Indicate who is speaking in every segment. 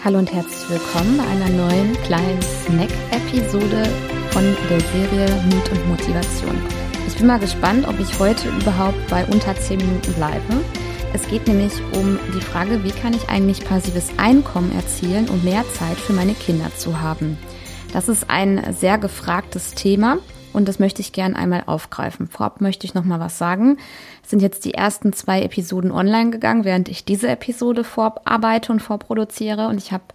Speaker 1: Hallo und herzlich willkommen bei einer neuen kleinen Snack-Episode von der Serie Mut und Motivation. Ich bin mal gespannt, ob ich heute überhaupt bei unter 10 Minuten bleibe. Es geht nämlich um die Frage, wie kann ich eigentlich passives Einkommen erzielen, um mehr Zeit für meine Kinder zu haben. Das ist ein sehr gefragtes Thema und das möchte ich gerne einmal aufgreifen. Vorab möchte ich noch mal was sagen. Es sind jetzt die ersten 2 Episoden online gegangen, während ich diese Episode vorarbeite und vorproduziere. Und ich habe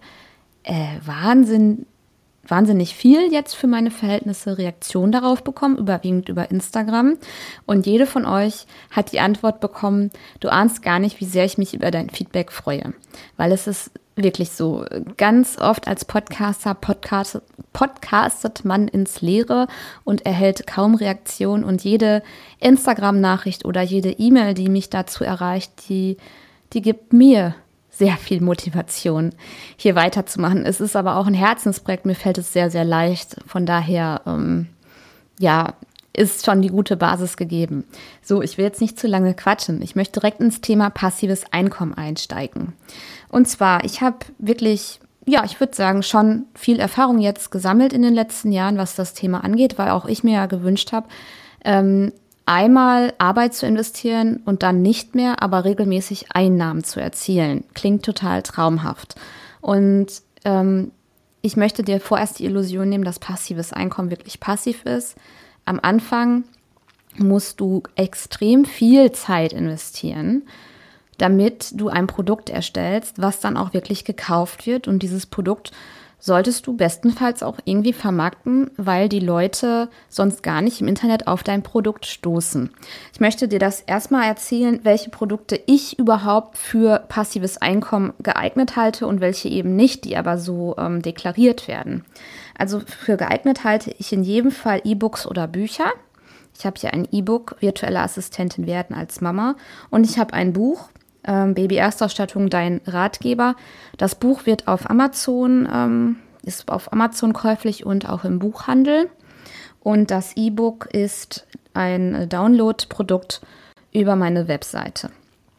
Speaker 1: wahnsinnig viel jetzt für meine Verhältnisse Reaktion darauf bekommen, überwiegend über Instagram. Und jede von euch hat die Antwort bekommen, du ahnst gar nicht, wie sehr ich mich über dein Feedback freue. Weil es ist wirklich so, ganz oft als Podcaster podcastet man ins Leere und erhält kaum Reaktion. Und jede Instagram-Nachricht oder jede E-Mail, die mich dazu erreicht, die gibt mir sehr viel Motivation, hier weiterzumachen. Es ist aber auch ein Herzensprojekt, mir fällt es sehr, sehr leicht. Von daher, ist schon die gute Basis gegeben. So, ich will jetzt nicht zu lange quatschen. Ich möchte direkt ins Thema passives Einkommen einsteigen. Und zwar, ich habe wirklich, ich würde sagen, schon viel Erfahrung jetzt gesammelt in den letzten Jahren, was das Thema angeht, weil auch ich mir ja gewünscht habe, einmal Arbeit zu investieren und dann nicht mehr, aber regelmäßig Einnahmen zu erzielen. Klingt total traumhaft. Und ich möchte dir vorerst die Illusion nehmen, dass passives Einkommen wirklich passiv ist. Am Anfang musst du extrem viel Zeit investieren, damit du ein Produkt erstellst, was dann auch wirklich gekauft wird. Und dieses Produkt solltest du bestenfalls auch irgendwie vermarkten, weil die Leute sonst gar nicht im Internet auf dein Produkt stoßen. Ich möchte dir das erstmal erzählen, welche Produkte ich überhaupt für passives Einkommen geeignet halte und welche eben nicht, die aber so deklariert werden. Also für geeignet halte ich in jedem Fall E-Books oder Bücher. Ich habe hier ein E-Book, Virtuelle Assistentin werden als Mama, und ich habe ein Buch, Baby-Erstausstattung, dein Ratgeber. Das Buch wird auf Amazon, ist auf Amazon käuflich und auch im Buchhandel. Und das E-Book ist ein Download-Produkt über meine Webseite.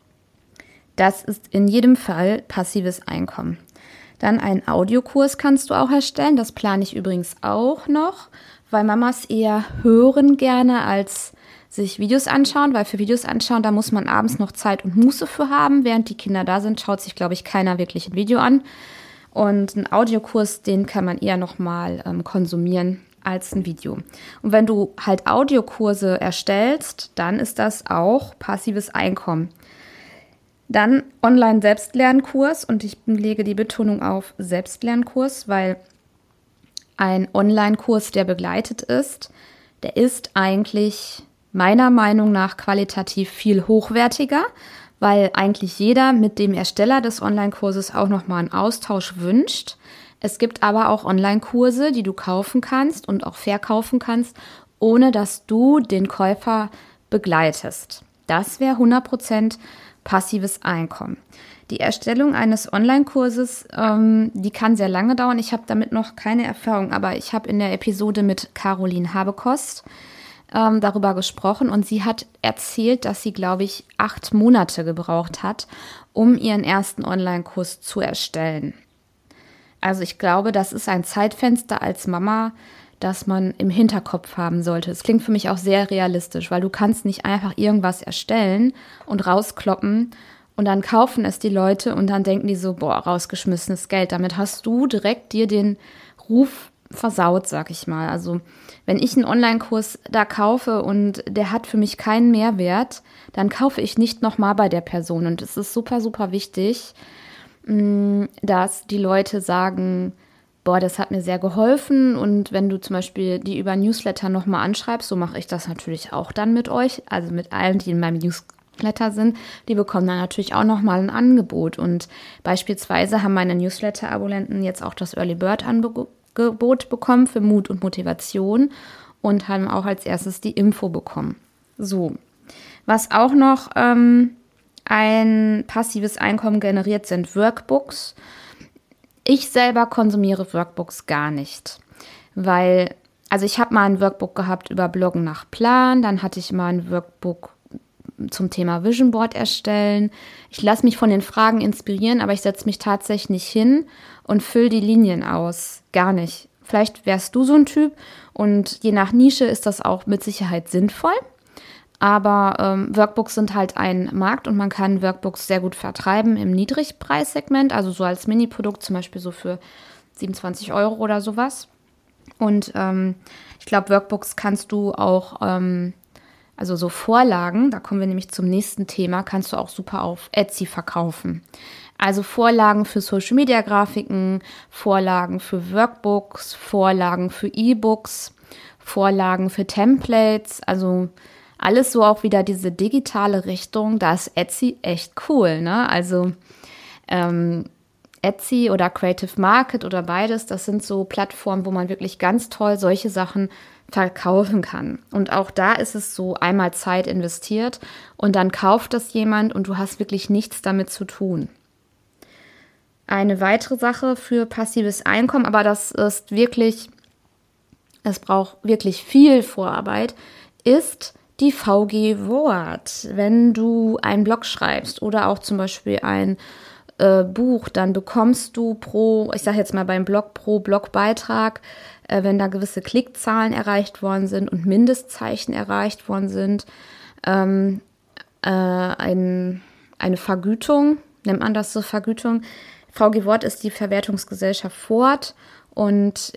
Speaker 1: Das ist in jedem Fall passives Einkommen. Dann einen Audiokurs kannst du auch erstellen. Das plane ich übrigens auch noch, weil Mamas eher hören gerne als sich Videos anschauen, weil für Videos anschauen, da muss man abends noch Zeit und Muße für haben. Während die Kinder da sind, schaut sich, glaube ich, keiner wirklich ein Video an. Und einen Audiokurs, den kann man eher nochmal konsumieren als ein Video. Und wenn du halt Audiokurse erstellst, dann ist das auch passives Einkommen. Dann Online-Selbstlernkurs, und ich lege die Betonung auf Selbstlernkurs, weil ein Online-Kurs, der begleitet ist, der ist eigentlich meiner Meinung nach qualitativ viel hochwertiger, weil eigentlich jeder mit dem Ersteller des Online-Kurses auch nochmal einen Austausch wünscht. Es gibt aber auch Online-Kurse, die du kaufen kannst und auch verkaufen kannst, ohne dass du den Käufer begleitest. Das wäre 100% passives Einkommen. Die Erstellung eines Online-Kurses, die kann sehr lange dauern. Ich habe damit noch keine Erfahrung, aber ich habe in der Episode mit Caroline Habekost darüber gesprochen, und sie hat erzählt, dass sie, glaube ich, 8 Monate gebraucht hat, um ihren ersten Online-Kurs zu erstellen. Also ich glaube, das ist ein Zeitfenster als Mama, das man im Hinterkopf haben sollte. Es klingt für mich auch sehr realistisch, weil du kannst nicht einfach irgendwas erstellen und rauskloppen und dann kaufen es die Leute und dann denken die so, rausgeschmissenes Geld. Damit hast du direkt dir den Ruf versaut, sag ich mal. Also wenn ich einen Online-Kurs da kaufe und der hat für mich keinen Mehrwert, dann kaufe ich nicht nochmal bei der Person. Und es ist super, super wichtig, dass die Leute sagen, das hat mir sehr geholfen, und wenn du zum Beispiel die über Newsletter nochmal anschreibst, so mache ich das natürlich auch dann mit euch, also mit allen, die in meinem Newsletter sind, die bekommen dann natürlich auch nochmal ein Angebot, und beispielsweise haben meine Newsletter-Abonnenten jetzt auch das Early Bird Angebot bekommen für Mut und Motivation und haben auch als erstes die Info bekommen. So, was auch noch ein passives Einkommen generiert, sind Workbooks. Ich selber konsumiere Workbooks gar nicht, weil, ich habe mal ein Workbook gehabt über Bloggen nach Plan, dann hatte ich mal ein Workbook zum Thema Vision Board erstellen. Ich lasse mich von den Fragen inspirieren, aber ich setze mich tatsächlich nicht hin und fülle die Linien aus. Gar nicht. Vielleicht wärst du so ein Typ und je nach Nische ist das auch mit Sicherheit sinnvoll. Aber Workbooks sind halt ein Markt und man kann Workbooks sehr gut vertreiben im Niedrigpreissegment, also so als Mini-Produkt, zum Beispiel so für 27 € oder sowas. Und ich glaube, Workbooks kannst du auch, also so Vorlagen, da kommen wir nämlich zum nächsten Thema, kannst du auch super auf Etsy verkaufen. Also Vorlagen für Social-Media-Grafiken, Vorlagen für Workbooks, Vorlagen für E-Books, Vorlagen für Templates, also alles so auch wieder diese digitale Richtung, da ist Etsy echt cool, ne? Also Etsy oder Creative Market oder beides, das sind so Plattformen, wo man wirklich ganz toll solche Sachen verkaufen kann. Und auch da ist es so einmal Zeit investiert und dann kauft das jemand und du hast wirklich nichts damit zu tun. Eine weitere Sache für passives Einkommen, aber das ist wirklich, es braucht wirklich viel Vorarbeit, ist die VG Wort. Wenn du einen Blog schreibst oder auch zum Beispiel ein Buch, dann bekommst du ich sage jetzt mal beim Blog, pro Blogbeitrag, wenn da gewisse Klickzahlen erreicht worden sind und Mindestzeichen erreicht worden sind, eine Vergütung, nennt man das so, Vergütung. VG Wort ist die Verwertungsgesellschaft Wort und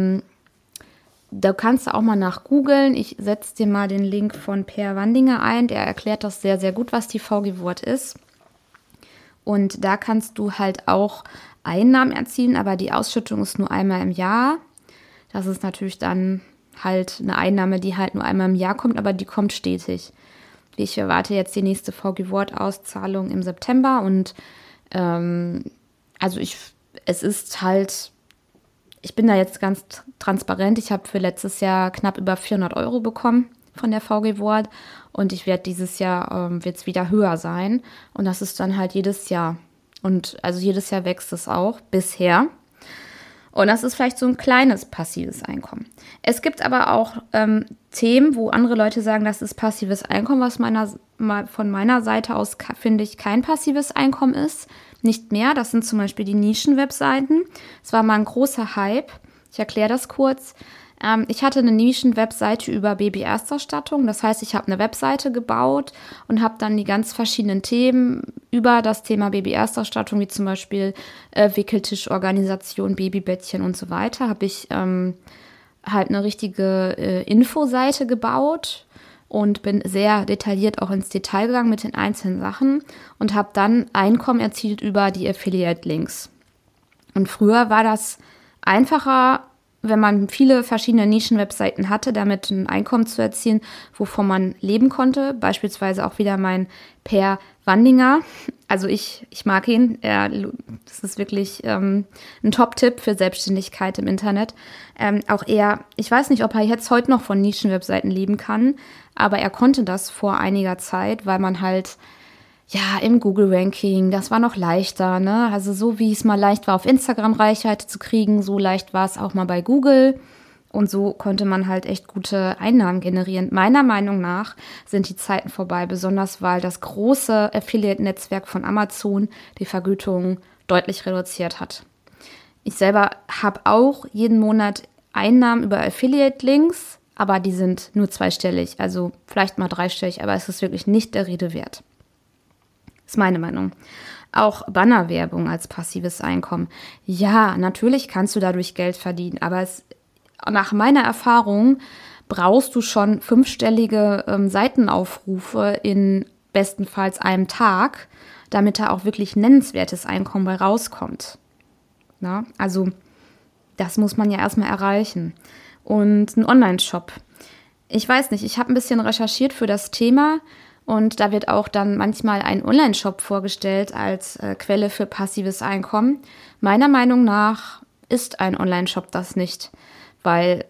Speaker 1: da kannst du auch mal nach googeln. Ich setze dir mal den Link von Per Wandinger ein. Der erklärt das sehr, sehr gut, was die VG Wort ist. Und da kannst du halt auch Einnahmen erzielen, aber die Ausschüttung ist nur einmal im Jahr. Das ist natürlich dann halt eine Einnahme, die halt nur einmal im Jahr kommt, aber die kommt stetig. Ich erwarte jetzt die nächste VG Wort-Auszahlung im September und es ist halt, ich bin da jetzt ganz transparent. Ich habe für letztes Jahr knapp über 400 € bekommen von der VG Wort und ich werde dieses Jahr, wird es wieder höher sein und das ist dann halt jedes Jahr. Und also jedes Jahr wächst es auch bisher. Und das ist vielleicht so ein kleines passives Einkommen. Es gibt aber auch Themen, wo andere Leute sagen, das ist passives Einkommen, was von meiner Seite aus, finde ich, kein passives Einkommen ist. Nicht mehr. Das sind zum Beispiel die Nischen-Webseiten. Es war mal ein großer Hype. Ich erkläre das kurz. Ich hatte eine Nischen-Webseite über Baby-Erstausstattung. Das heißt, ich habe eine Webseite gebaut und habe dann die ganz verschiedenen Themen über das Thema Baby-Erstausstattung, wie zum Beispiel Wickeltischorganisation, Babybettchen und so weiter, habe ich halt eine richtige Infoseite gebaut und bin sehr detailliert auch ins Detail gegangen mit den einzelnen Sachen und habe dann Einkommen erzielt über die Affiliate-Links. Und früher war das einfacher, wenn man viele verschiedene Nischen-Webseiten hatte, damit ein Einkommen zu erzielen, wovon man leben konnte. Beispielsweise auch wieder mein Per Wandinger. Also ich mag ihn. Das ist wirklich ein Top-Tipp für Selbstständigkeit im Internet. Auch er, ich weiß nicht, ob er jetzt heute noch von Nischen-Webseiten leben kann, aber er konnte das vor einiger Zeit, weil man halt im Google-Ranking, das war noch leichter, ne? Also so wie es mal leicht war, auf Instagram Reichweite zu kriegen, so leicht war es auch mal bei Google. Und so konnte man halt echt gute Einnahmen generieren. Meiner Meinung nach sind die Zeiten vorbei, besonders weil das große Affiliate-Netzwerk von Amazon die Vergütung deutlich reduziert hat. Ich selber habe auch jeden Monat Einnahmen über Affiliate-Links, aber die sind nur zweistellig, also vielleicht mal dreistellig, aber es ist wirklich nicht der Rede wert. Das ist meine Meinung. Auch Bannerwerbung als passives Einkommen. Ja, natürlich kannst du dadurch Geld verdienen, aber nach meiner Erfahrung brauchst du schon 5-stellige Seitenaufrufe in bestenfalls einem Tag, damit da auch wirklich nennenswertes Einkommen bei rauskommt. Na, also das muss man ja erstmal erreichen. Und ein Online-Shop. Ich weiß nicht, ich habe ein bisschen recherchiert für das Thema und da wird auch dann manchmal ein Online-Shop vorgestellt als Quelle für passives Einkommen. Meiner Meinung nach ist ein Online-Shop das nicht, weil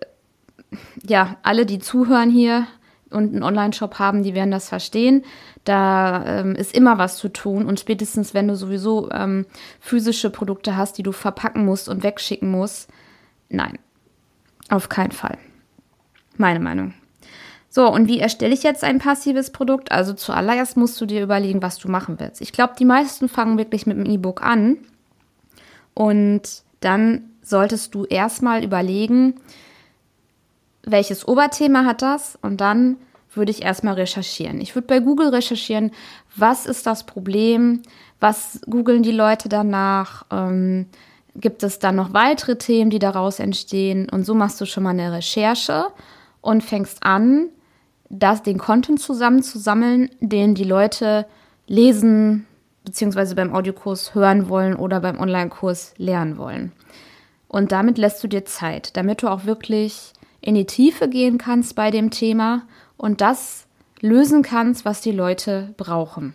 Speaker 1: alle, die zuhören hier und einen Online-Shop haben, die werden das verstehen. Da ist immer was zu tun und spätestens, wenn du sowieso physische Produkte hast, die du verpacken musst und wegschicken musst, nein, auf keinen Fall. Meine Meinung. So, und wie erstelle ich jetzt ein passives Produkt? Also zuallererst musst du dir überlegen, was du machen willst. Ich glaube, die meisten fangen wirklich mit dem E-Book an. Und dann solltest du erstmal überlegen, welches Oberthema hat das? Und dann würde ich erstmal recherchieren. Ich würde bei Google recherchieren, was ist das Problem? Was googeln die Leute danach? Gibt es dann noch weitere Themen, die daraus entstehen? Und so machst du schon mal eine Recherche und fängst an, den Content zusammenzusammeln, den die Leute lesen, beziehungsweise beim Audiokurs hören wollen oder beim Online-Kurs lernen wollen. Und damit lässt du dir Zeit, damit du auch wirklich in die Tiefe gehen kannst bei dem Thema und das lösen kannst, was die Leute brauchen.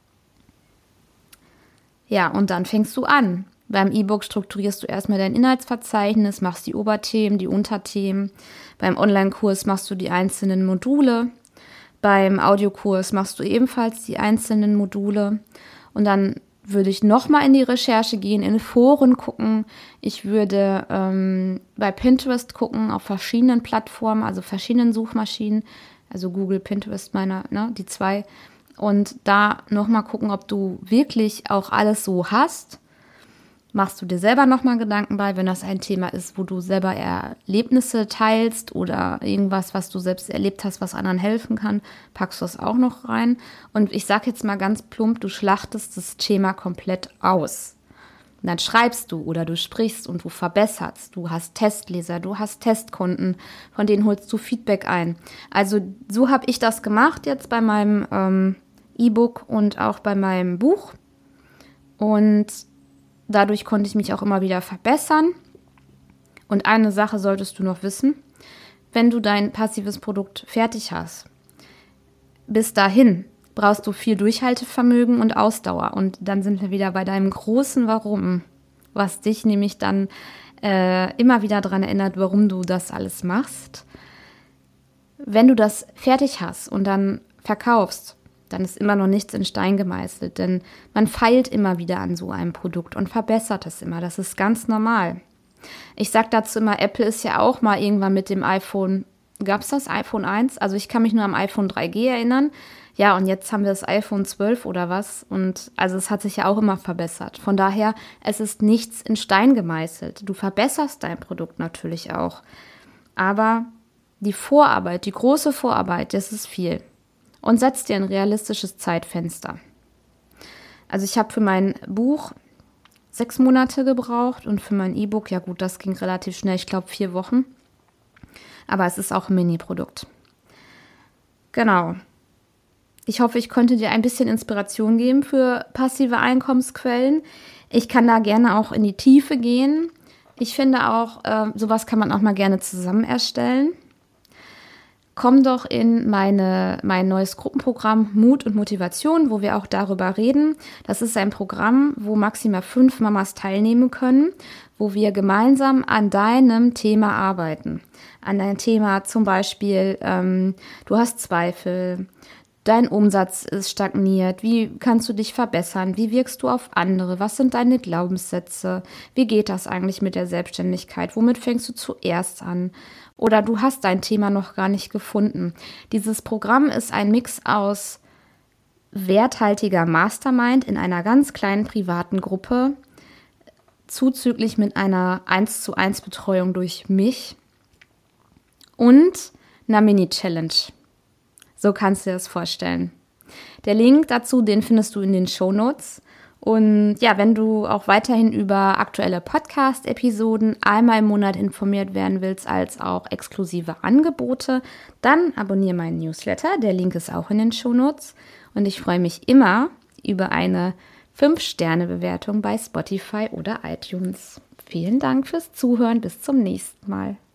Speaker 1: Ja, und dann fängst du an. Beim E-Book strukturierst du erstmal dein Inhaltsverzeichnis, machst die Oberthemen, die Unterthemen. Beim Online-Kurs machst du die einzelnen Module. Beim Audiokurs machst du ebenfalls die einzelnen Module. Und dann würde ich nochmal in die Recherche gehen, in Foren gucken. Ich würde bei Pinterest gucken, auf verschiedenen Plattformen, also verschiedenen Suchmaschinen. Also Google, Pinterest, die zwei. Und da nochmal gucken, ob du wirklich auch alles so hast. Machst du dir selber nochmal Gedanken bei, wenn das ein Thema ist, wo du selber Erlebnisse teilst oder irgendwas, was du selbst erlebt hast, was anderen helfen kann, packst du das auch noch rein. Und ich sage jetzt mal ganz plump, du schlachtest das Thema komplett aus. Und dann schreibst du oder du sprichst und du verbesserst. Du hast Testleser, du hast Testkunden, von denen holst du Feedback ein. Also so habe ich das gemacht jetzt bei meinem E-Book und auch bei meinem Buch. Und dadurch konnte ich mich auch immer wieder verbessern. Und eine Sache solltest du noch wissen. Wenn du dein passives Produkt fertig hast, bis dahin brauchst du viel Durchhaltevermögen und Ausdauer. Und dann sind wir wieder bei deinem großen Warum, was dich nämlich dann immer wieder daran erinnert, warum du das alles machst. Wenn du das fertig hast und dann verkaufst, dann ist immer noch nichts in Stein gemeißelt, denn man feilt immer wieder an so einem Produkt und verbessert es immer. Das ist ganz normal. Ich sage dazu immer, Apple ist ja auch mal irgendwann mit dem iPhone, gab es das iPhone 1? Also ich kann mich nur am iPhone 3G erinnern. Ja, und jetzt haben wir das iPhone 12 oder was. Und also es hat sich ja auch immer verbessert. Von daher, es ist nichts in Stein gemeißelt. Du verbesserst dein Produkt natürlich auch. Aber die Vorarbeit, die große Vorarbeit, das ist viel. Und setz dir ein realistisches Zeitfenster. Also ich habe für mein Buch 6 Monate gebraucht und für mein E-Book, ja gut, das ging relativ schnell, ich glaube 4 Wochen. Aber es ist auch ein Mini-Produkt. Genau. Ich hoffe, ich konnte dir ein bisschen Inspiration geben für passive Einkommensquellen. Ich kann da gerne auch in die Tiefe gehen. Ich finde auch, sowas kann man auch mal gerne zusammen erstellen. Komm doch in mein neues Gruppenprogramm Mut und Motivation, wo wir auch darüber reden. Das ist ein Programm, wo maximal 5 Mamas teilnehmen können, wo wir gemeinsam an deinem Thema arbeiten. An dein Thema zum Beispiel, du hast Zweifel, dein Umsatz ist stagniert, wie kannst du dich verbessern, wie wirkst du auf andere, was sind deine Glaubenssätze, wie geht das eigentlich mit der Selbstständigkeit, womit fängst du zuerst an? Oder du hast dein Thema noch gar nicht gefunden. Dieses Programm ist ein Mix aus werthaltiger Mastermind in einer ganz kleinen privaten Gruppe, zuzüglich mit einer 1:1 Betreuung durch mich und einer Mini-Challenge. So kannst du dir das vorstellen. Der Link dazu, den findest du in den Shownotes. Und ja, wenn du auch weiterhin über aktuelle Podcast-Episoden einmal im Monat informiert werden willst, als auch exklusive Angebote, dann abonniere meinen Newsletter. Der Link ist auch in den Shownotes. Und ich freue mich immer über eine 5-Sterne-Bewertung bei Spotify oder iTunes. Vielen Dank fürs Zuhören. Bis zum nächsten Mal.